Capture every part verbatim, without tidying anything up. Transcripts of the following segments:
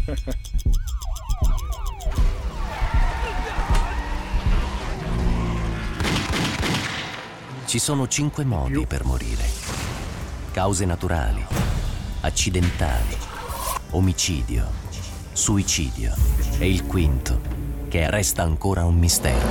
Ci sono cinque modi per morire: cause naturali, accidentali, omicidio, suicidio e il quinto, che resta ancora un mistero.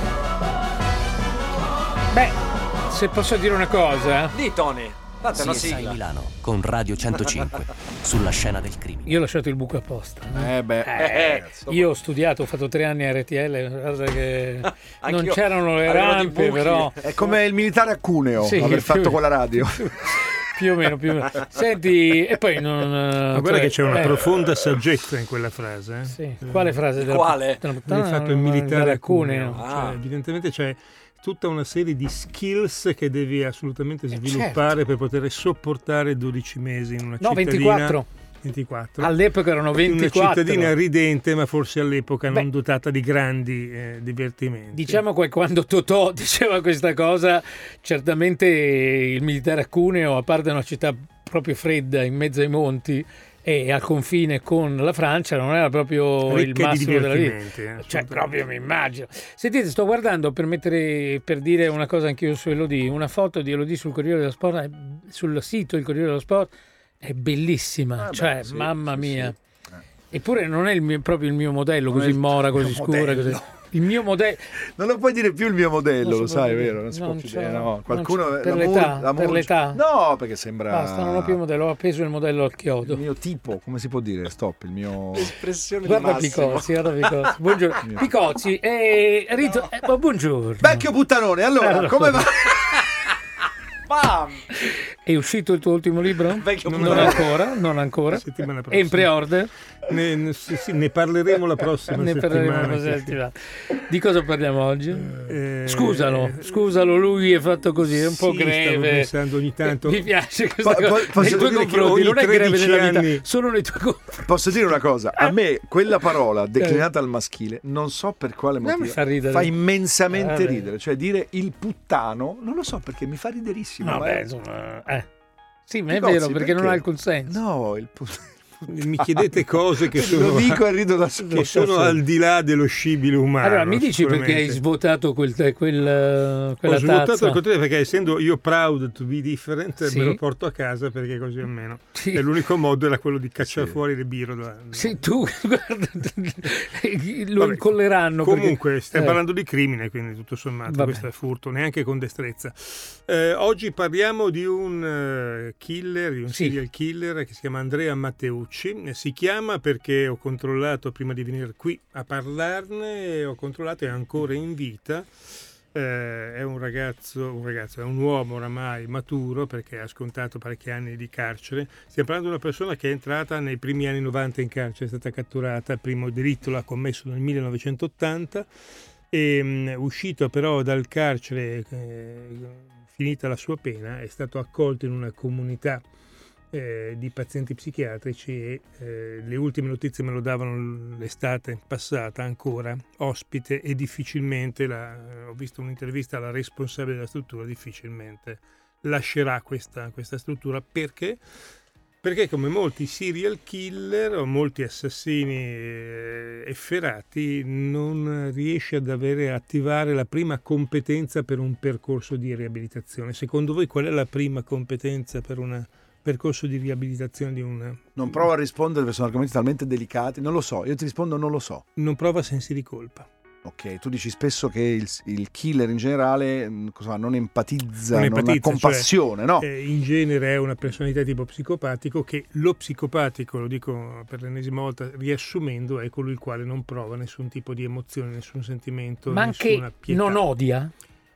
Beh, se posso dire una cosa. Di Tony, fate una C S I sigla. Milano con Radio centocinque sulla scena del crimine. Io ho lasciato il buco apposta. Eh beh, Eh, io ho studiato, ho fatto tre anni a R T L, guarda che non Anch'io c'erano le avevo dei rampe, buchi. però è come il militare a Cuneo, Sì, aver più- fatto con la radio. più o meno, più o meno. Senti, e poi non. Ma guarda cioè, che c'è una eh, profonda saggezza in quella frase. Eh? Sì. Quale frase? Della, Quale? della Hai puttana, fatto il non- militare a Cuneo. Cuneo. Ah. Cioè, evidentemente c'è tutta una serie di skills che devi assolutamente Eh, sviluppare certo. per poter sopportare dodici mesi in una No, cittadina. ventiquattro. ventiquattro. All'epoca erano ventiquattro. Una cittadina ridente, ma forse all'epoca Beh. non dotata di grandi eh, divertimenti. Diciamo che quando Totò diceva questa cosa, certamente il militare a Cuneo, a parte una città proprio fredda in mezzo ai monti e al confine con la Francia, non era proprio il Ricca di massimo della vita. divertimenti, eh, Cioè, assolutamente. proprio mi immagino. Sentite, sto guardando per mettere, per dire una cosa anch'io su Elodie, una foto di Elodie sul Corriere dello Sport, eh, sul sito Il Corriere dello Sport, è bellissima, Ah, beh, cioè, sì, mamma sì, mia. sì. Eppure non è il mio- proprio il mio modello, Non è così il mora, tuo così scura, modello. così. Il mio modello. Non lo puoi dire più il mio modello, Non lo si può sai, dire. vero? Non si Non può più c'è- dire, no. non Qualcuno c'è- per la l'età, Mur- la per Mur- l'età. No, perché sembra Basta, non ho più modello, ho appeso il modello al il chiodo. mio tipo, come si può dire? Stop, il mio Espressione di Guarda Massimo. Picozzi, guarda Picozzi. Buongiorno. Picozzi, eh, Rito, eh, buongiorno. vecchio puttanone. Allora, Allora. come va? Bam! È uscito il tuo ultimo libro? Vecchio Non puttanone. ancora, non ancora. La settimana È prossima. in pre-order? Ne, ne- sì, sì, ne parleremo la prossima Ne parleremo la settimana. prossima sì, sì. settimana. Di cosa parliamo oggi? Eh, Scusalo, scusalo, lui è fatto così, è un po' sì, stavo greve. pensando ogni tanto. Mi piace questa Po- cosa. po- posso nei tuoi dire che confronti, ogni non è greve tredici nella vita, anni- solo nei tuoi confronti. Posso dire una cosa? A me quella parola declinata al maschile, non so per quale No, mi motivo, fa ridere. immensamente Eh, ridere. Cioè dire il puttano, non lo so perché mi fa riderissimo. ma- Vabbè, insomma, eh. Sì, ma è Picozzi, vero, perché, perché? non ha alcun senso. No, il puttano. Mi chiedete cose che sono, Lo dico e rido da solo. che sono al di là dello scibile umano. Allora, mi dici perché hai sicuramente. svuotato quel, quel, quella Ho svuotato tazza? il contrario perché essendo io proud to be different Sì. me lo porto a casa perché così almeno Sì. è l'unico modo era quello di cacciare Sì. fuori le birre da- Sì, tu, guarda, lo Vabbè, incolleranno. comunque perché- stiamo eh. parlando di crimine, quindi tutto sommato Va questo bene. è furto, neanche con destrezza. Eh, oggi parliamo di un eh, killer, di un Sì. serial killer che si chiama Andrea Matteucci. Eh, si chiama perché ho controllato prima di venire qui a parlarne, ho controllato, è ancora in vita. Eh, è un ragazzo, un ragazzo, è un uomo oramai maturo perché ha scontato parecchi anni di carcere. Stiamo parlando di una persona che è entrata nei primi anni novanta in carcere, è stata catturata, il primo delitto l'ha commesso nel millenovecentottanta e mh, uscito però dal carcere, eh, finita la sua pena, è stato accolto in una comunità eh, di pazienti psichiatrici e eh, le ultime notizie me lo davano l'estate passata ancora, ospite e difficilmente, la, ho visto un'intervista alla responsabile della struttura, difficilmente lascerà questa, questa struttura perché? Perché come molti serial killer o molti assassini eh, efferati non riesce ad avere attivare la prima competenza per un percorso di riabilitazione. Secondo voi qual è la prima competenza per un percorso di riabilitazione di una... Non provo a rispondere perché sono argomenti talmente delicati. Non lo so, io ti rispondo non lo so. Non prova sensi di colpa. Ok, tu dici spesso che il, il killer in generale mh, cosa, non empatizza, Non non, ha empatizza, compassione, no? Eh, in genere è una personalità tipo psicopatico che lo psicopatico, lo dico per l'ennesima volta riassumendo, è colui il quale non prova nessun tipo di emozione, nessun sentimento, Ma nessuna anche pietà. non odia?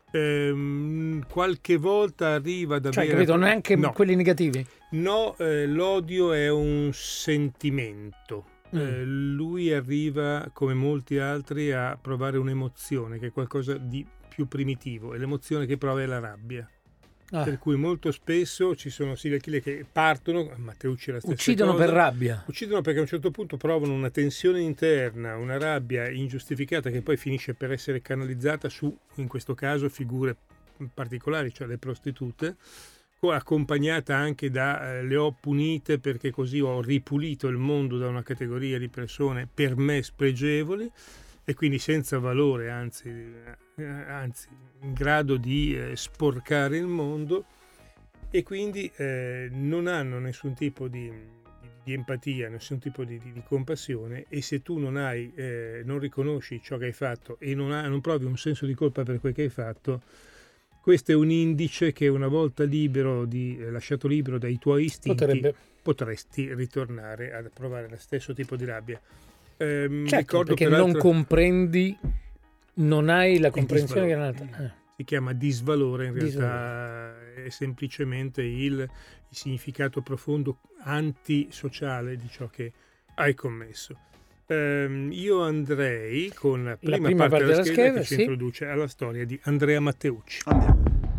Ehm, qualche volta arriva ad Cioè, avere... capito, neanche no, quelli negativi? no eh, l'odio è un sentimento. Mm. Eh, lui arriva, come molti altri, a provare un'emozione che è qualcosa di più primitivo e l'emozione che prova è la rabbia. Ah. Per cui molto spesso ci sono serial killer che partono, Matteucci è la stessa Uccidono cosa, per rabbia. uccidono perché a un certo punto provano una tensione interna, una rabbia ingiustificata che poi finisce per essere canalizzata su, in questo caso, figure particolari, cioè le prostitute, accompagnata anche da eh, le ho punite perché così ho ripulito il mondo da una categoria di persone per me spregevoli e quindi senza valore, anzi, eh, anzi in grado di eh, sporcare il mondo, e quindi eh, non hanno nessun tipo di, di, di empatia, nessun tipo di, di, di compassione, e se tu non hai eh, non riconosci ciò che hai fatto e non, ha, non provi un senso di colpa per quel che hai fatto, questo è un indice che una volta libero di, eh, lasciato libero dai tuoi istinti, Potrebbe. potresti ritornare a provare lo stesso tipo di rabbia. Ehm, Certo, ricordo perché peraltro, non comprendi, non hai la il comprensione che è disvalore. un'altra. Eh. Si chiama disvalore, in realtà Disvalore. è semplicemente il, il significato profondo antisociale di ciò che hai commesso. Ehm, io andrei con la prima, prima parte, parte della della scheda, scheda, che ci sì. introduce alla storia di Andrea Matteucci. Andiamo.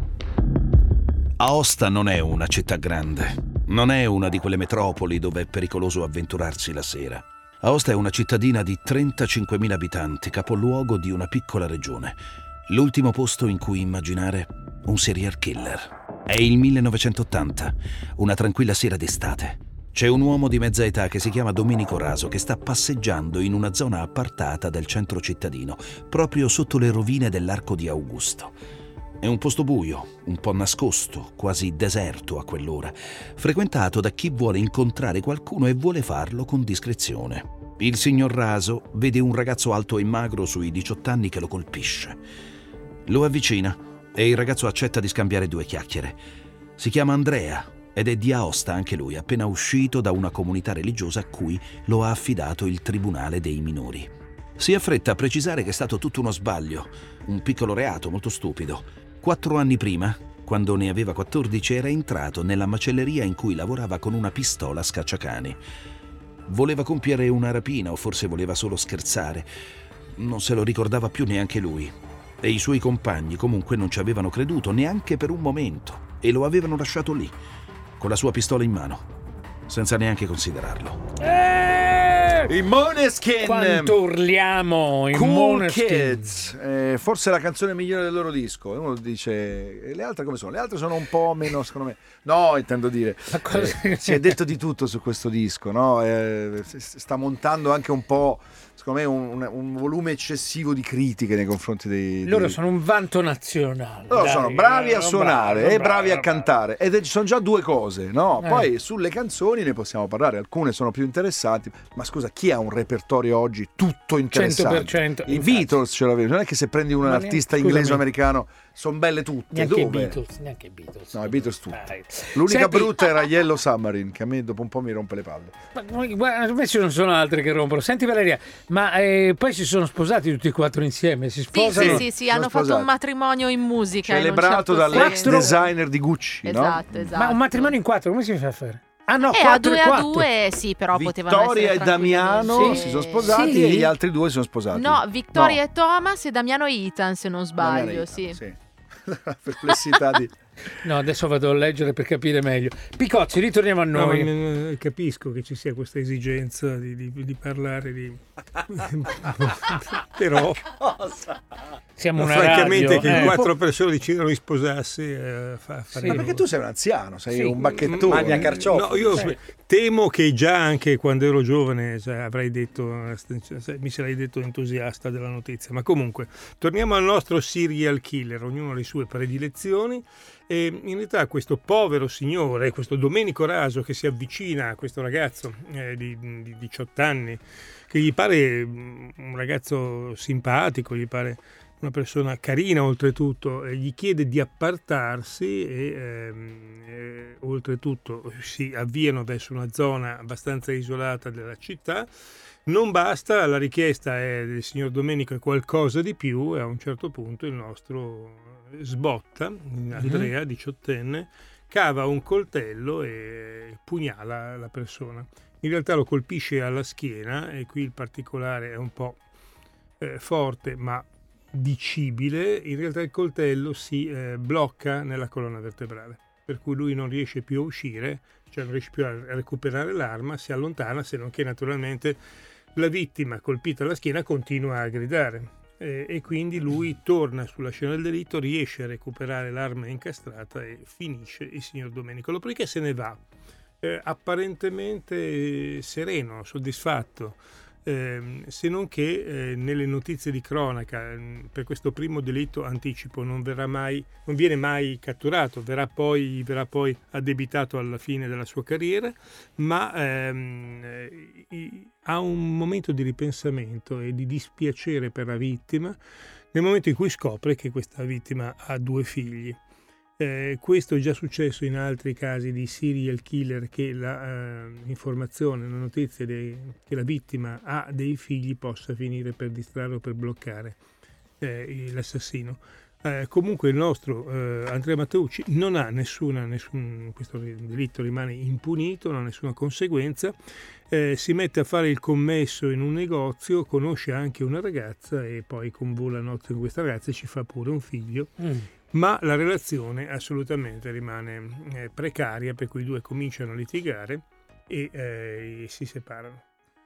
Aosta non è una città grande, non è una di quelle metropoli dove è pericoloso avventurarsi la sera. Aosta è una cittadina di trentacinquemila abitanti, capoluogo di una piccola regione. L'ultimo posto in cui immaginare un serial killer. È il millenovecentottanta, una tranquilla sera d'estate. C'è un uomo di mezza età che si chiama Domenico Raso che sta passeggiando in una zona appartata del centro cittadino, proprio sotto le rovine dell'Arco di Augusto. È un posto buio, un po' nascosto, quasi deserto a quell'ora, frequentato da chi vuole incontrare qualcuno e vuole farlo con discrezione. Il signor Raso vede un ragazzo alto e magro sui diciotto anni che lo colpisce. Lo avvicina e il ragazzo accetta di scambiare due chiacchiere. Si chiama Andrea ed è di Aosta anche lui, appena uscito da una comunità religiosa a cui lo ha affidato il Tribunale dei Minori. Si affretta a precisare che è stato tutto uno sbaglio, un piccolo reato molto stupido. Quattro anni prima, quando ne aveva quattordici, era entrato nella macelleria in cui lavorava con una pistola a scacciacani. Voleva compiere una rapina o forse voleva solo scherzare. Non se lo ricordava più neanche lui. E i suoi compagni comunque non ci avevano creduto neanche per un momento e lo avevano lasciato lì, con la sua pistola in mano, senza neanche considerarlo. I Måneskin. Quanto urliamo in Cool Måneskin. Kids, eh, forse la canzone migliore del loro disco. Uno dice, e le altre come sono? Le altre sono un po' meno, secondo me. No, intendo dire, cosa- eh, si è detto di tutto su questo disco, no? Eh, s- sta montando anche un po', secondo me, un, un volume eccessivo di critiche nei confronti dei. Loro dei- sono un vanto nazionale. Loro dai, sono bravi a sono suonare bravi, e bravi a bravi. cantare, ed è- ci sono già due cose, no? Eh. Poi sulle canzoni ne possiamo parlare, alcune sono più interessanti, ma scusa, chi ha un repertorio oggi tutto interessante? cento per cento, I infatti. Beatles ce l'avevano, non è che se prendi un Ma artista neanche- inglese o scusami. americano sono belle tutte, Neanche i dove? Beatles, neanche i Beatles. No, i Beatles tutti. Dai. L'unica Senti, brutta era Yellow Submarine, che a me dopo un po' mi rompe le palle. ma- guarda, a me ci non sono altre che rompono. Senti Valeria, ma eh, poi si sono sposati tutti e quattro insieme, si Sì, sposano. sì, sì, sì, Sono hanno fatto sposati. un matrimonio in musica. in un Celebrato certo dall'ex senso. designer di Gucci, Esatto, no? esatto. Ma un matrimonio in quattro, come si fa a fare? Ah no, Eh, a quattro due e a quattro. due, sì, però potevano Vittoria essere e Damiano tranquillamente- si sono sposati Sì. e gli altri due si sono sposati. No, Vittoria No. e Thomas e Damiano e Ethan, se non Damiano sbaglio, e sì. Ethan, sì. La perplessità di... No, adesso vado a leggere per capire meglio. Picozzi, ritorniamo a No, noi. ma, eh, capisco che ci sia questa esigenza di, di- di parlare di... però Siamo una francamente radio. che eh. quattro persone decidano di sposarsi eh, fa, fa Sì. Ma perché tu sei un anziano, sei Sì. un bacchettone. Magna carciofo. No, io Sì. temo che già anche quando ero giovane cioè, avrei detto, cioè, mi sarei detto entusiasta della notizia. Ma comunque, torniamo al nostro serial killer, ognuno ha le sue predilezioni. E in realtà questo povero signore, questo Domenico Raso che si avvicina a questo ragazzo eh, di, di diciotto anni, che gli pare mm, un ragazzo simpatico, gli pare una persona carina oltretutto, e gli chiede di appartarsi e ehm, eh, oltretutto si avviano verso una zona abbastanza isolata della città. Non basta, la richiesta è del signor Domenico è qualcosa di più e a un certo punto il nostro sbotta, Andrea, diciottenne, cava un coltello e pugnala la persona. In realtà lo colpisce alla schiena e qui il particolare è un po' eh, forte ma dicibile. In realtà il coltello si eh, blocca nella colonna vertebrale, per cui lui non riesce più a uscire, cioè non riesce più a recuperare l'arma, si allontana, se non che naturalmente la vittima colpita alla schiena continua a gridare. eh, e quindi lui torna sulla scena del delitto, riesce a recuperare l'arma incastrata e finisce il signor Domenico. Dopodiché se ne va, eh, apparentemente sereno, soddisfatto. Eh, se non che eh, nelle notizie di cronaca eh, per questo primo delitto, anticipo, non verrà mai, non viene mai catturato, verrà poi, verrà poi addebitato alla fine della sua carriera, ma ehm, eh, ha un momento di ripensamento e di dispiacere per la vittima nel momento in cui scopre che questa vittima ha due figli. Eh, questo è già successo in altri casi di serial killer, che l'informazione, eh, la notizia de, che la vittima ha dei figli possa finire per distrarre o per bloccare eh, l'assassino. Eh, comunque il nostro eh, Andrea Matteucci non ha nessuna, nessun, questo delitto rimane impunito, non ha nessuna conseguenza, eh, si mette a fare il commesso in un negozio, conosce anche una ragazza e poi convola nozze con questa ragazza e ci fa pure un figlio. Mm. Ma la relazione assolutamente rimane eh, precaria, per cui i due cominciano a litigare e, eh, e si separano.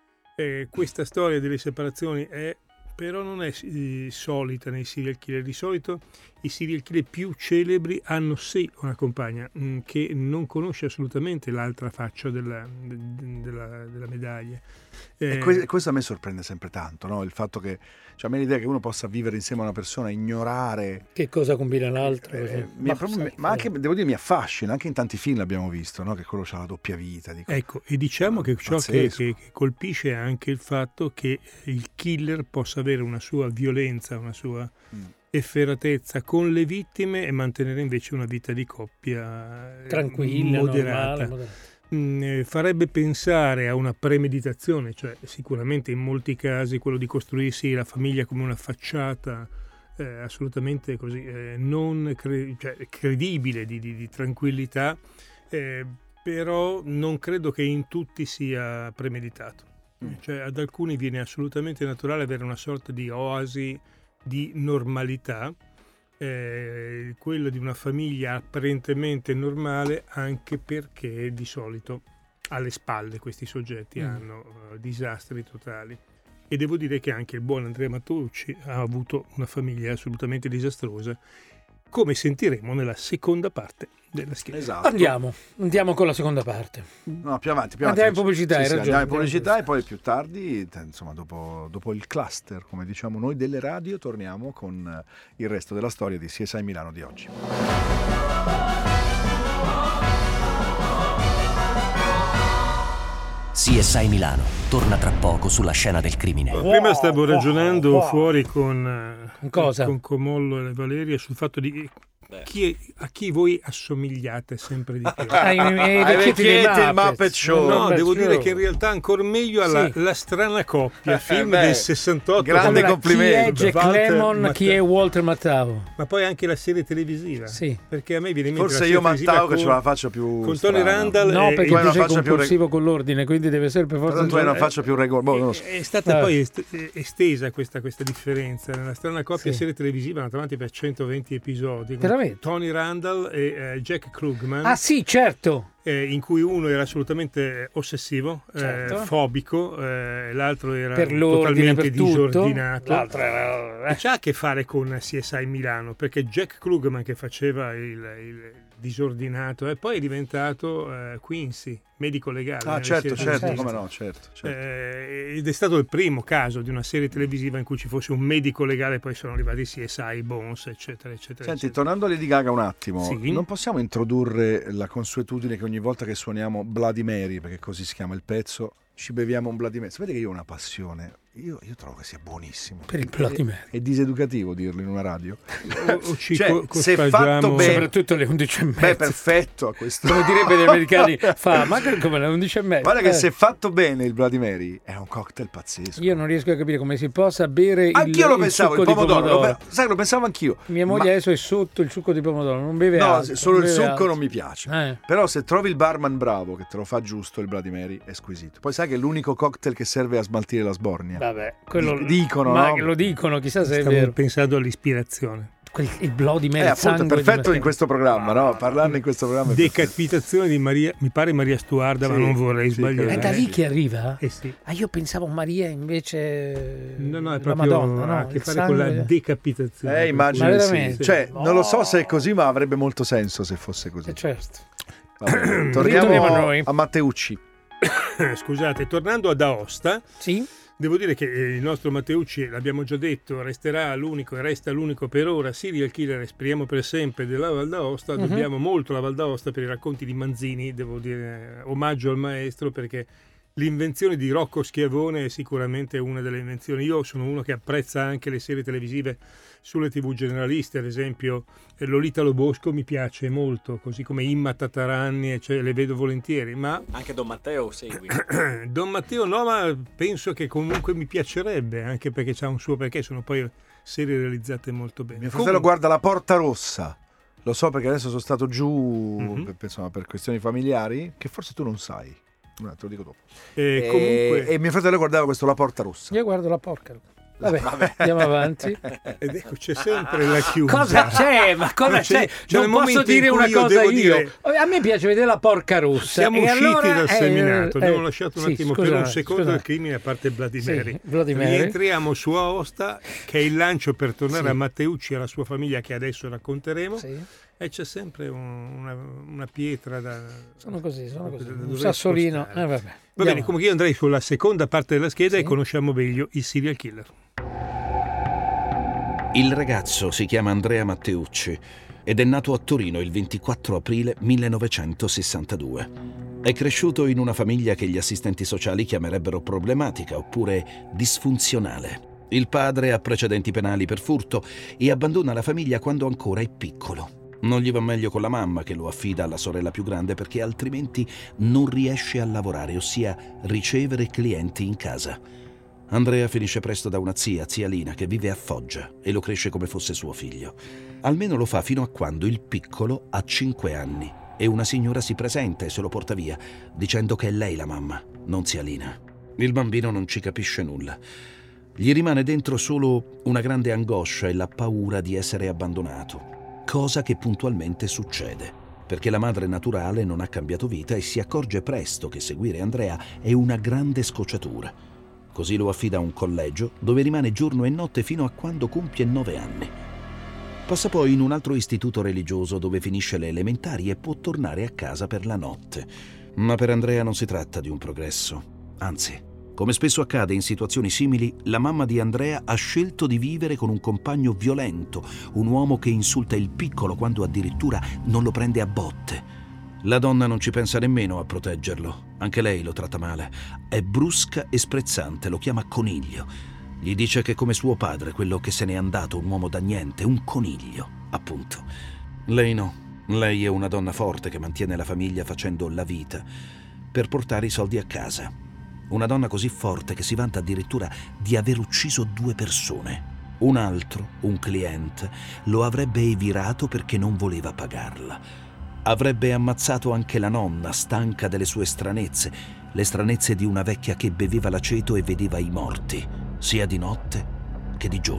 Eh, questa storia delle separazioni è, però non è eh, solita nei serial killer. Di solito i serial killer più celebri hanno sì una compagna mh, che non conosce assolutamente l'altra faccia della, de, della, della medaglia. Eh, e que- questo a me sorprende sempre tanto, no? Il fatto che, cioè, a me l'idea che uno possa vivere insieme a una persona, ignorare che cosa combina l'altro, eh, ma, proprio, ma anche, devo dire, mi affascina. Anche in tanti film l'abbiamo visto, no? Che quello c'ha la doppia vita. Dico, ecco, e diciamo che ciò che, che, che colpisce è anche il fatto che il killer possa avere una sua violenza, una sua mm. efferatezza con le vittime e mantenere invece una vita di coppia tranquilla, moderata. Normale, moderata. Mm, farebbe pensare a una premeditazione, cioè sicuramente in molti casi quello di costruirsi la famiglia come una facciata eh, assolutamente così eh, non cre- cioè, credibile di, di, di tranquillità, eh, però non credo che in tutti sia premeditato. Mm. Cioè, ad alcuni viene assolutamente naturale avere una sorta di oasi di normalità, eh, quello di una famiglia apparentemente normale, anche perché di solito alle spalle questi soggetti mm. hanno uh, disastri totali. E devo dire che anche il buon Andrea Matteucci ha avuto una famiglia assolutamente disastrosa, come sentiremo nella seconda parte della scheda. Esatto. Andiamo, andiamo con la seconda parte. No, più avanti, più avanti. Andiamo in pubblicità, sì, hai sì, ragione. Andiamo in pubblicità e poi più tardi, insomma, dopo, dopo il cluster, come diciamo noi, delle radio, torniamo con il resto della storia di C S I Milano di oggi. C S I Milano torna tra poco sulla scena del crimine. Prima stavo ragionando wow, wow. fuori con, Cosa? con Comollo e Valeria sul fatto di chi, a chi voi assomigliate sempre di più. Ai vecchietti del Muppet Show. No, Muppet devo Show. dire che in realtà ancora meglio alla sì. La strana coppia, film beh, del sessantotto. grande allora, complimento. Chi è Jack Walter Lemmon, Mattau. chi è Walter Matthau? Ma poi anche la serie televisiva. Sì. Perché a me viene in mente Forse la io serie televisiva Mattau con, che ce la faccia più con strana. Tony Randall. No, e, perché tu tu hai sei una faccia più compulsivo con l'ordine, quindi deve essere per forza. Tu hai una faccia più regolare. Boh, so. È stata Ah. poi est- estesa questa, questa differenza nella strana coppia Sì. serie televisiva, andata avanti per centoventi episodi con Veramente? Tony Randall e eh, Jack Klugman, Ah sì, certo. eh, in cui uno era assolutamente ossessivo, Certo. eh, fobico, eh, l'altro era Per l'ordine, totalmente per tutto. disordinato. L'altro era... E c'ha a che fare con C S I Milano, perché Jack Klugman, che faceva il, il disordinato, e poi è diventato eh, Quincy, medico legale. Ah, nelle certo, serie certo, televisive. come no, certo. certo. Eh, ed è stato il primo caso di una serie televisiva in cui ci fosse un medico legale, poi sono arrivati C S I, Bones, eccetera, eccetera. Senti, eccetera. tornando a Lady Gaga un attimo, Sì. non possiamo introdurre la consuetudine che ogni volta che suoniamo Bloody Mary, perché così si chiama il pezzo, ci beviamo un Bloody Mary. Sapete che io ho una passione, io, io trovo che sia buonissimo. Per il Bloody Mary. È, è diseducativo dirlo in una radio. O, o ci Cioè, co- se cospargiamo- fatto bene- Soprattutto alle undici e mezza. Beh, perfetto a questo. Come direbbero gli americani, fa, ma che- come alle undici e mezza. Guarda che Eh, se fatto bene il Bloody Mary è un cocktail pazzesco. Io non riesco a capire come si possa bere il, Anch'io lo il pensavo, succo il di pomodoro, pomodoro. Lo, pe- sai che lo pensavo anch'io. Mia moglie Ma- adesso è sotto il succo di pomodoro, non beve No, altro. solo non il beve succo altro. non mi piace. Eh. Però se trovi il barman bravo che te lo fa giusto, il Bloody Mary è squisito. Poi sai che è l'unico cocktail che serve a smaltire la sbornia. Vabbè, quello Dicono, ma no? che lo dicono, chissà se è Stavo vero. pensando all'ispirazione. quel, il Bloody Mary, Eh, il appunto, è sangue di perfetto in Matteo. questo programma, no? Parlarne in questo programma è perfetto. Decapitazione di Maria, mi pare Maria Stuarda, Sì, ma non vorrei sì, sbagliare. È da lì che arriva? Eh sì. Ah, io pensavo Maria invece No, no, è la proprio Madonna, no? ha a che Il fare con la sangue- decapitazione. Eh, immagino Ma di sì. veramente? Cioè, No. non lo so se è così, ma avrebbe molto senso se fosse così. Eh, certo. Vabbè, Ritorniamo torniamo a noi. a Matteucci. Scusate, tornando ad Aosta, Sì? devo dire che eh, il nostro Matteucci, l'abbiamo già detto, resterà l'unico e resta l'unico per ora serial killer, speriamo per sempre, della Val d'Aosta. Mhm. Dobbiamo molto alla Val d'Aosta per i racconti di Manzini, devo dire, omaggio al maestro, perché l'invenzione di Rocco Schiavone è sicuramente una delle invenzioni. Io sono uno che apprezza anche le serie televisive sulle tivù generaliste, ad esempio eh, Lolita Lobosco mi piace molto, così come Imma Tataranni, cioè, le vedo volentieri, ma Anche Don Matteo segui. Don Matteo no, ma penso che comunque mi piacerebbe, anche perché c'ha un suo perché, sono poi serie realizzate molto bene. Mio fratello Comunque- guarda La Porta Rossa. Lo so perché adesso sono stato giù Mhm. per, insomma, per questioni familiari, che forse tu non sai. No, te lo dico dopo. eh, E, comunque, e mio fratello guardava questo La Porta Rossa. Io guardo la porca. Vabbè, andiamo avanti. ed ecco, c'è sempre la chiusa. Cosa c'è? Ma cosa Ma c'è- c'è? c'è Non un posso momento in dire cui una io cosa devo io. dire- A me piace vedere la porca rossa. Siamo E usciti allora, dal eh, seminato, eh, abbiamo lasciato un sì, attimo per scusate, un secondo scusate. il crimine, a parte Bloody Sì, Mary. Bloody Mary. Rientriamo su Aosta, che è il lancio per tornare Sì. a Matteucci e alla sua famiglia, che adesso racconteremo. Sì, E c'è sempre un- una, una pietra da... sono così, sono da così. Un dover sassolino. spostare. Eh, vabbè. Va Andiamo. bene, comunque io andrei sulla seconda parte della scheda Sì. e conosciamo meglio il serial killer. Il ragazzo si chiama Andrea Matteucci ed è nato a Torino il ventiquattro aprile millenovecentosessantadue. È cresciuto in una famiglia che gli assistenti sociali chiamerebbero problematica oppure disfunzionale. Il padre ha precedenti penali per furto e abbandona la famiglia quando ancora è piccolo. Non gli va meglio con la mamma, che lo affida alla sorella più grande perché altrimenti non riesce a lavorare, ossia ricevere clienti in casa. Andrea finisce presto da una zia, zia Lina, che vive a Foggia e lo cresce come fosse suo figlio. Almeno lo fa fino a quando il piccolo ha cinque anni e una signora si presenta e se lo porta via, dicendo che è lei la mamma, non zia Lina. Il bambino non ci capisce nulla. Gli rimane dentro solo una grande angoscia e la paura di essere abbandonato, cosa che puntualmente succede, perché la madre naturale non ha cambiato vita e si accorge presto che seguire Andrea è una grande scocciatura. Così lo affida a un collegio dove rimane giorno e notte fino a quando compie nove anni. Passa poi in un altro istituto religioso dove finisce le elementari e può tornare a casa per la notte. Ma per Andrea non si tratta di un progresso. Anzi, come spesso accade in situazioni simili, la mamma di Andrea ha scelto di vivere con un compagno violento, un uomo che insulta il piccolo quando addirittura non lo prende a botte. La donna non ci pensa nemmeno a proteggerlo, anche lei lo tratta male. È brusca e sprezzante, lo chiama coniglio. Gli dice che è come suo padre, quello che se n'è andato, un uomo da niente, un coniglio, appunto. Lei no, lei è una donna forte che mantiene la famiglia facendo la vita per portare i soldi a casa. Una donna così forte che si vanta addirittura di aver ucciso due persone. Un altro, un cliente, lo avrebbe evirato perché non voleva pagarla. Avrebbe ammazzato anche la nonna, stanca delle sue stranezze, le stranezze di una vecchia che beveva l'aceto e vedeva i morti, sia di notte che di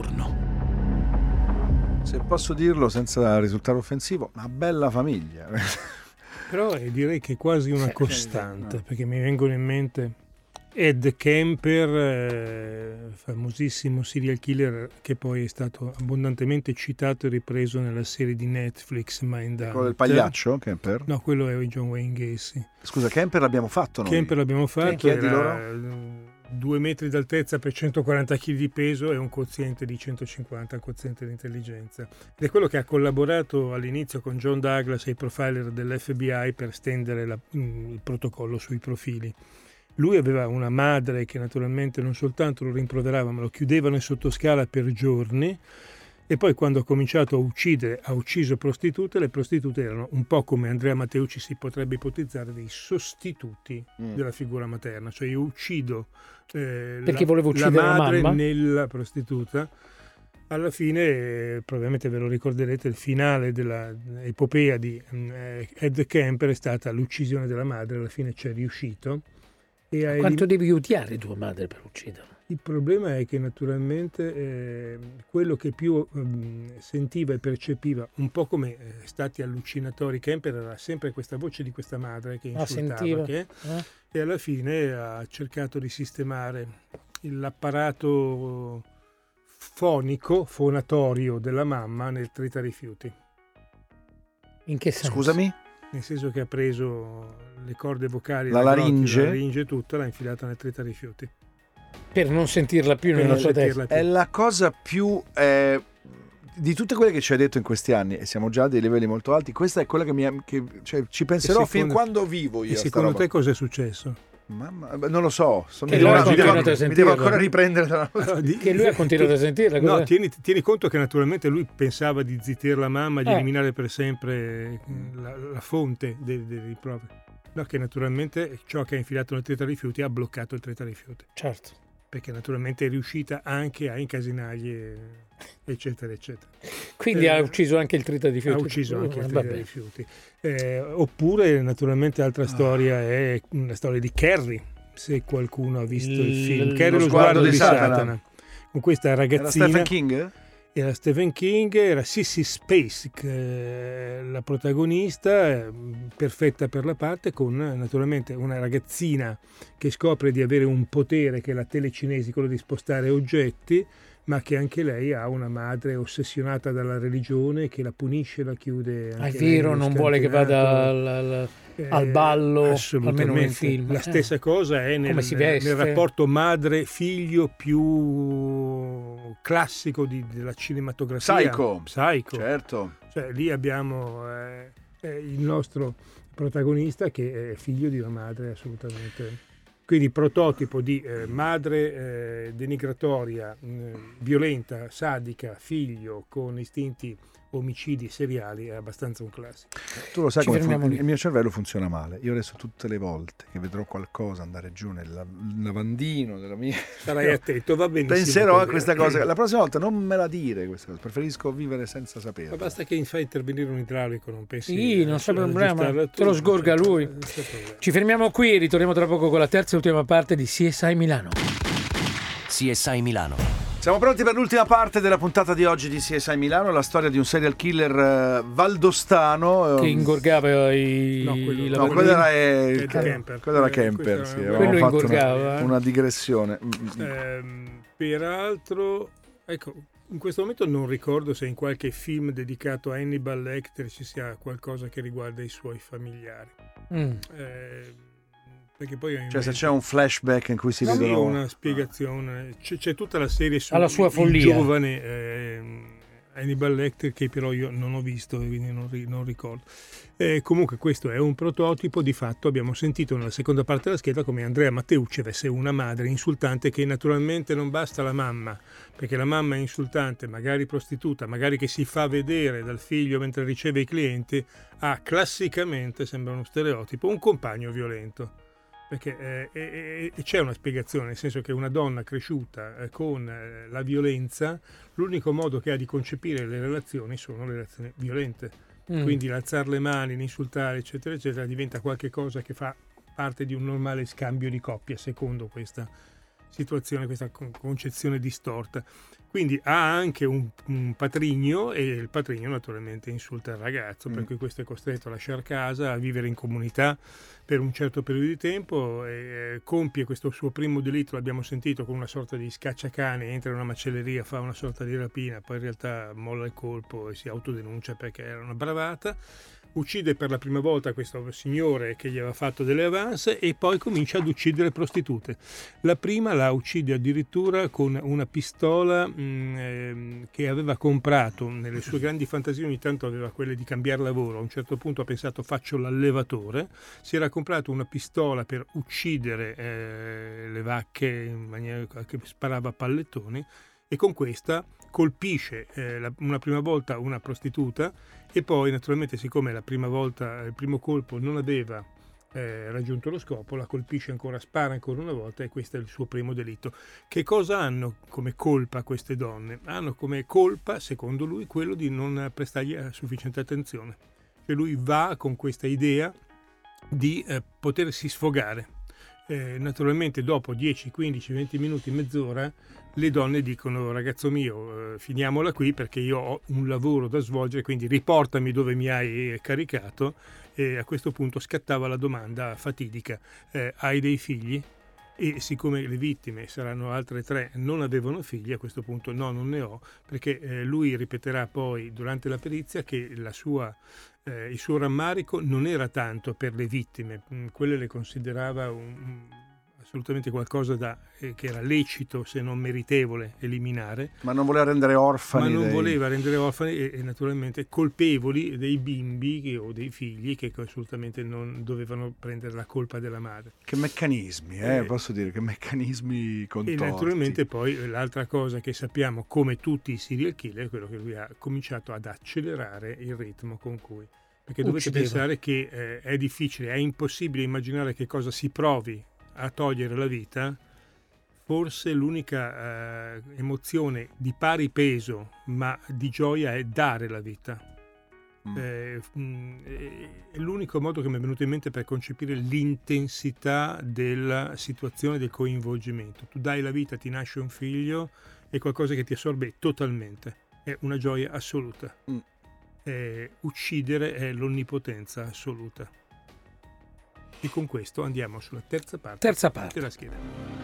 giorno. Se posso dirlo senza risultare offensivo, una bella famiglia. Però eh, direi che è quasi una costante, perché mi vengono in mente Ed Kemper, eh, famosissimo serial killer che poi è stato abbondantemente citato e ripreso nella serie di Netflix Mindhunter. Quello del pagliaccio, Kemper? No, quello è John Wayne Gacy. Scusa, Kemper l'abbiamo fatto noi? Kemper l'abbiamo fatto, Chi è di era due metri d'altezza per centoquaranta chili di peso e un quoziente di centocinquanta, il quoziente di intelligenza. Ed è quello che ha collaborato all'inizio con John Douglas e i profiler dell'F B I per stendere la, il protocollo sui profili. Lui aveva una madre che naturalmente non soltanto lo rimproverava, ma lo chiudevano in sottoscala per giorni, e poi quando ha cominciato a uccidere, ha ucciso prostitute. Le prostitute erano un po' come Andrea Matteucci, si potrebbe ipotizzare, dei sostituti mm. della figura materna. Cioè io uccido eh, perché la, volevo uccidere la madre la mamma nella prostituta. Alla fine, eh, probabilmente ve lo ricorderete, il finale dell'epopea di eh, Ed Kemper è stata l'uccisione della madre. Alla fine ci è riuscito. E quanto elim- devi odiare tua madre per ucciderla? Il problema è che naturalmente eh, quello che più eh, sentiva e percepiva, un po' come eh, stati allucinatori Kemper, era sempre questa voce di questa madre che insultava, ah, che, eh? e alla fine ha cercato di sistemare l'apparato fonico, fonatorio della mamma nel tritarifiuti. In che senso? Scusami? Nel senso che ha preso le corde vocali, la laringe, la laringe tutta, l'ha infilata nel tritarifiuti. Per non sentirla più per nella sua testa. È la cosa più eh, di tutte quelle che ci hai detto in questi anni, e siamo già a dei livelli molto alti, questa è quella che, mi, che cioè, ci penserò fin quando vivo io. E secondo te cosa è successo? Mamma, non lo so, sono che mi, lui devo, mi, devo, mi devo ancora riprendere dalla... allora, di, che lui ha continuato a sentirla. No, tieni, tieni conto che naturalmente lui pensava di zittire la mamma, di eh. eliminare per sempre la, la fonte dei, dei provi. No, che naturalmente ciò che ha infilato nel tritarifiuti ha bloccato il tritarifiuti. Certo. Perché naturalmente è riuscita anche a incasinargli, eccetera, eccetera. Quindi eh, ha ucciso anche il tritarifiuti. Ha ucciso anche il tritarifiuti. Eh, oppure, naturalmente, altra storia ah. è la storia di Carrie, se qualcuno ha visto il, il film. Carrie, lo, lo sguardo di Satana. Satana. Con questa ragazzina... Era Stephen King? Era Stephen King, era Sissy Spacek, eh, la protagonista, eh, perfetta per la parte, con naturalmente una ragazzina che scopre di avere un potere che è la telecinesi, quello di spostare oggetti, ma che anche lei ha una madre ossessionata dalla religione che la punisce, la chiude. È vero, non vuole che vada al, al, eh, al ballo, almeno nel film. La stessa eh. cosa è nel, nel, nel rapporto madre-figlio più classico di, della cinematografia. Psycho. Psycho. Certo. Cioè, lì abbiamo eh, il nostro protagonista che è figlio di una madre assolutamente... Quindi prototipo di eh, madre eh, denigratoria, eh, violenta, sadica, figlio con istinti omicidi seriali, è abbastanza un classico. Tu lo sai come fun- il mio cervello funziona male. Io adesso tutte le volte che vedrò qualcosa andare giù nel lavandino della mia... Sarai attento, va benissimo. Penserò a questa cosa. La prossima volta non me la dire questa cosa. Preferisco vivere senza saperlo. Ma basta che fai intervenire un idraulico, non pensi... Sì, non c'è problema, te lo sgorga lui. Ci fermiamo qui, ritorniamo tra poco con la terza e ultima parte di C S I Milano. C S I Milano. Siamo pronti per l'ultima parte della puntata di oggi di C S I Milano, la storia di un serial killer uh, valdostano che ingorgava i no, quello, i no, quello era il Kemper. Quello era Kemper, sì, quello ingorgava una, una digressione. Eh, peraltro, ecco, in questo momento non ricordo se in qualche film dedicato a Hannibal Lecter ci sia qualcosa che riguarda i suoi familiari. Mm. Eh, Perché poi cioè se c'è un flashback in cui si non vedono una spiegazione, c'è, c'è tutta la serie su alla sua follia, il giovane eh, Hannibal Lecter, che però io non ho visto, quindi non, non ricordo. Eh, comunque questo è un prototipo. Di fatto abbiamo sentito nella seconda parte della scheda come Andrea Matteucci avesse una madre insultante, che naturalmente non basta la mamma, perché la mamma è insultante, magari prostituta, magari che si fa vedere dal figlio mentre riceve i clienti, ha classicamente, sembra uno stereotipo, un compagno violento. Perché eh, eh, eh, c'è una spiegazione, nel senso che una donna cresciuta eh, con eh, la violenza, l'unico modo che ha di concepire le relazioni sono le relazioni violente. Mm. Quindi l'alzare le mani, l'insultare, eccetera, eccetera, diventa qualche cosa che fa parte di un normale scambio di coppia, secondo questa situazione, questa con- concezione distorta. Quindi ha anche un, un patrigno, e il patrigno naturalmente insulta il ragazzo, mm. per cui questo è costretto a lasciare casa, a vivere in comunità per un certo periodo di tempo, e compie questo suo primo delitto, l'abbiamo sentito, con una sorta di scacciacane, entra in una macelleria, fa una sorta di rapina, poi in realtà molla il colpo e si autodenuncia perché era una bravata. Uccide per la prima volta questo signore che gli aveva fatto delle avance, e poi comincia ad uccidere prostitute. La prima la uccide addirittura con una pistola mh, eh, che aveva comprato. Nelle sue grandi fantasie ogni tanto aveva quelle di cambiare lavoro. A un certo punto ha pensato: faccio l'allevatore. Si era comprato una pistola per uccidere eh, le vacche in maniera che sparava a pallettoni, e con questa colpisce eh, la, una prima volta una prostituta, e poi naturalmente, siccome la prima volta, il primo colpo non aveva eh, raggiunto lo scopo, la colpisce ancora, spara ancora una volta, e questo è il suo primo delitto. Che cosa hanno come colpa queste donne? Hanno come colpa, secondo lui, quello di non prestargli sufficiente attenzione. Cioè lui va con questa idea di eh, potersi sfogare. Eh, naturalmente dopo dieci, quindici, venti minuti, mezz'ora, le donne dicono: ragazzo mio, eh, finiamola qui perché io ho un lavoro da svolgere, quindi riportami dove mi hai caricato. E a questo punto scattava la domanda fatidica: eh, hai dei figli? E siccome le vittime saranno altre tre, non avevano figli, a questo punto no, non ne ho, perché eh, lui ripeterà poi durante la perizia che la sua, eh, il suo rammarico non era tanto per le vittime, mh, quelle le considerava un, assolutamente qualcosa da, eh, che era lecito se non meritevole eliminare, ma non voleva rendere orfani ma non dei... voleva rendere orfani e, e naturalmente colpevoli dei bimbi che, o dei figli che assolutamente non dovevano prendere la colpa della madre. Che meccanismi, eh, Eh, posso dire, che meccanismi contorti. E naturalmente poi l'altra cosa che sappiamo, come tutti i serial killer, è quello che lui ha cominciato ad accelerare il ritmo con cui, perché dovete Uccideva. pensare che eh, è difficile, è impossibile immaginare che cosa si provi a togliere la vita. Forse l'unica eh, emozione di pari peso ma di gioia è dare la vita. Mm. Eh, mh, è l'unico modo che mi è venuto in mente per concepire l'intensità della situazione, del coinvolgimento. Tu dai la vita, ti nasce un figlio, è qualcosa che ti assorbe totalmente, è una gioia assoluta. Mm. Eh, uccidere è l'onnipotenza assoluta. E con questo andiamo sulla terza parte, Terza parte. della scheda.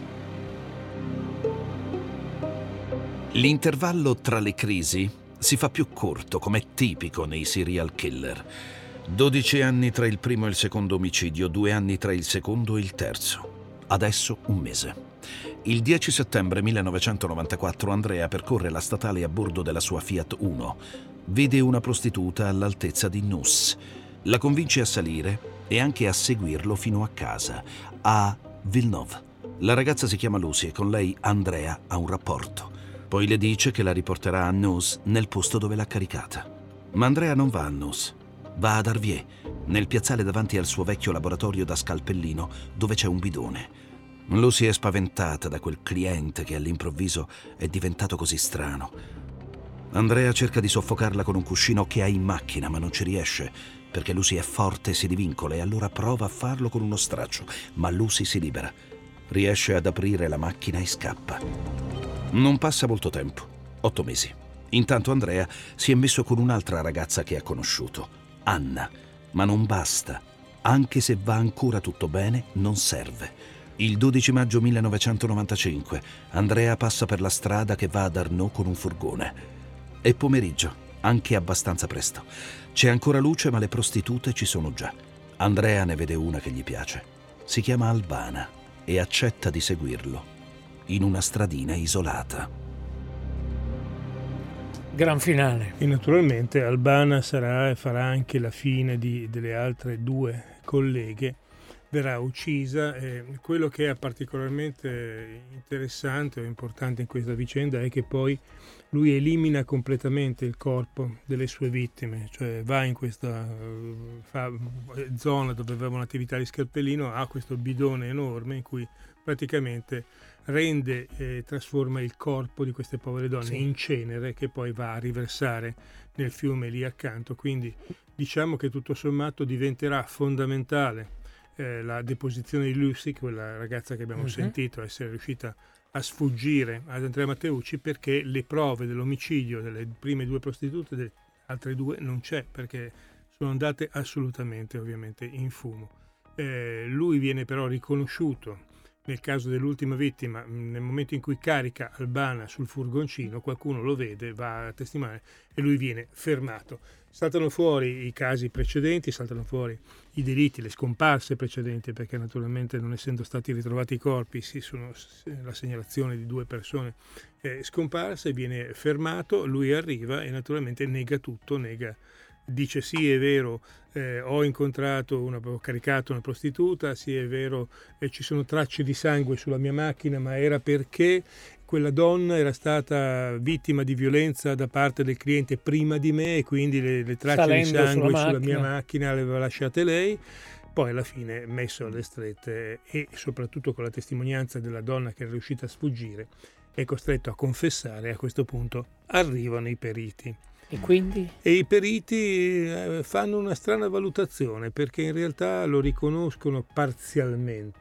L'intervallo tra le crisi si fa più corto, come è tipico nei serial killer. dodici anni tra il primo e il secondo omicidio, due anni tra il secondo e il terzo. Adesso un mese. Il dieci settembre millenovecentonovantaquattro Andrea percorre la statale a bordo della sua Fiat Uno. Vede una prostituta all'altezza di Nuss. La convince a salire e anche a seguirlo fino a casa, a Villeneuve. La ragazza si chiama Lucy e con lei Andrea ha un rapporto. Poi le dice che la riporterà a Nuss, nel posto dove l'ha caricata. Ma Andrea non va a Nuss, va ad Arviers, nel piazzale davanti al suo vecchio laboratorio da scalpellino, dove c'è un bidone. Lucy è spaventata da quel cliente che all'improvviso è diventato così strano. Andrea cerca di soffocarla con un cuscino che ha in macchina, ma non ci riesce, perché Lucy è forte e si divincola, e allora prova a farlo con uno straccio, ma Lucy si libera. Riesce ad aprire la macchina e scappa. Non passa molto tempo, otto mesi. Intanto Andrea si è messo con un'altra ragazza che ha conosciuto, Anna, ma non basta. Anche se va ancora tutto bene, non serve. Il dodici maggio millenovecentonovantacinque Andrea passa per la strada che va ad Arnaud con un furgone. È pomeriggio, anche abbastanza presto. C'è ancora luce, ma le prostitute ci sono già. Andrea ne vede una che gli piace. Si chiama Albana e accetta di seguirlo in una stradina isolata. Gran finale. E naturalmente Albana sarà e farà anche la fine di, delle altre due colleghe. Verrà uccisa. E quello che è particolarmente interessante o importante in questa vicenda è che poi lui elimina completamente il corpo delle sue vittime, cioè va in questa uh, fa, zona dove aveva un'attività di scalpellino, ha questo bidone enorme in cui praticamente rende e trasforma il corpo di queste povere donne sì. in cenere, che poi va a riversare nel fiume lì accanto. Quindi diciamo che tutto sommato diventerà fondamentale eh, la deposizione di Lucy, quella ragazza che abbiamo uh-huh. sentito essere riuscita a sfuggire ad Andrea Matteucci, perché le prove dell'omicidio delle prime due prostitute, delle altre due non c'è, perché sono andate assolutamente ovviamente in fumo. Eh, lui viene però riconosciuto nel caso dell'ultima vittima, nel momento in cui carica Albana sul furgoncino, qualcuno lo vede, va a testimoniare e lui viene fermato. Saltano fuori i casi precedenti, saltano fuori i delitti, le scomparse precedenti, perché naturalmente non essendo stati ritrovati i corpi, sì, sono la segnalazione di due persone eh, scomparse, viene fermato, lui arriva e naturalmente nega tutto, nega, dice sì è vero, eh, ho incontrato, una, ho caricato una prostituta, sì è vero, eh, ci sono tracce di sangue sulla mia macchina, ma era perché quella donna era stata vittima di violenza da parte del cliente prima di me e quindi le, le tracce Salendo di sangue sulla, sulla macchina. mia macchina le aveva lasciate lei. Poi alla fine, messo alle strette e soprattutto con la testimonianza della donna che è riuscita a sfuggire, è costretto a confessare. A questo punto arrivano i periti. E quindi? E i periti fanno una strana valutazione, perché in realtà lo riconoscono parzialmente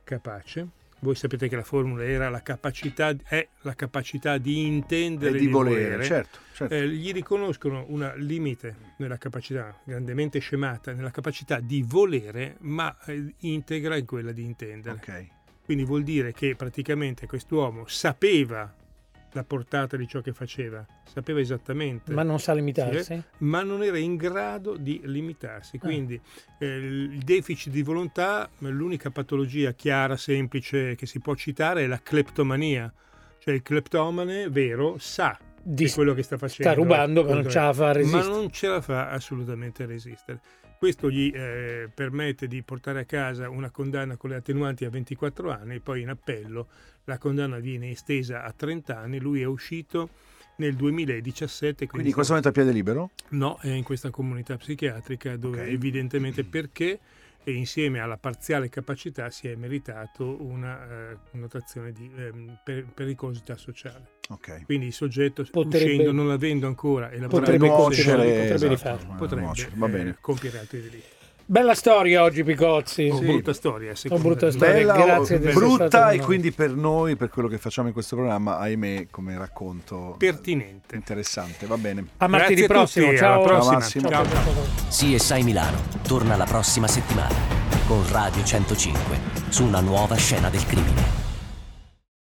capace. Voi sapete che la formula era la capacità, è la capacità di intendere e di, di volere, volere. Certo, certo. Eh, gli riconoscono un limite nella capacità, grandemente scemata, nella capacità di volere, ma eh, integra in quella di intendere. Okay. Quindi vuol dire che praticamente quest'uomo sapeva la portata di ciò che faceva, sapeva esattamente, ma non sa limitarsi, sì, ma non era in grado di limitarsi. Quindi eh. Eh, il deficit di volontà, l'unica patologia chiara, semplice che si può citare è la cleptomania, cioè il cleptomane vero sa di quello che sta facendo, sta rubando, ma non ce la fa a resistere, ma non ce la fa assolutamente a resistere. Questo gli eh, permette di portare a casa una condanna con le attenuanti a ventiquattro anni, poi in appello la condanna viene estesa a trenta anni. Lui è uscito nel duemiladiciassette. Quindi, quindi in questo momento a piede libero? No, è in questa comunità psichiatrica dove okay. evidentemente perché e insieme alla parziale capacità si è meritato una eh, connotazione di eh, per, pericolosità sociale. Okay. Quindi il soggetto, potrebbe, uscendo, non avendo ancora potrebbe nuocere, potrebbe, esatto, potrebbe nuocere, va bene. Eh, compiere altri delitti. Bella storia oggi, Picozzi. Oh, sì. brutta storia, oh, brutta storia. Bella, grazie brutta e quindi per noi, per quello che facciamo in questo programma, ahimè, come racconto pertinente, interessante. Va bene. A martedì prossimo. Tutti, ciao. alla prossima. Ciao, ciao. ciao. C S I Milano torna la prossima settimana con Radio centocinque su una nuova scena del crimine.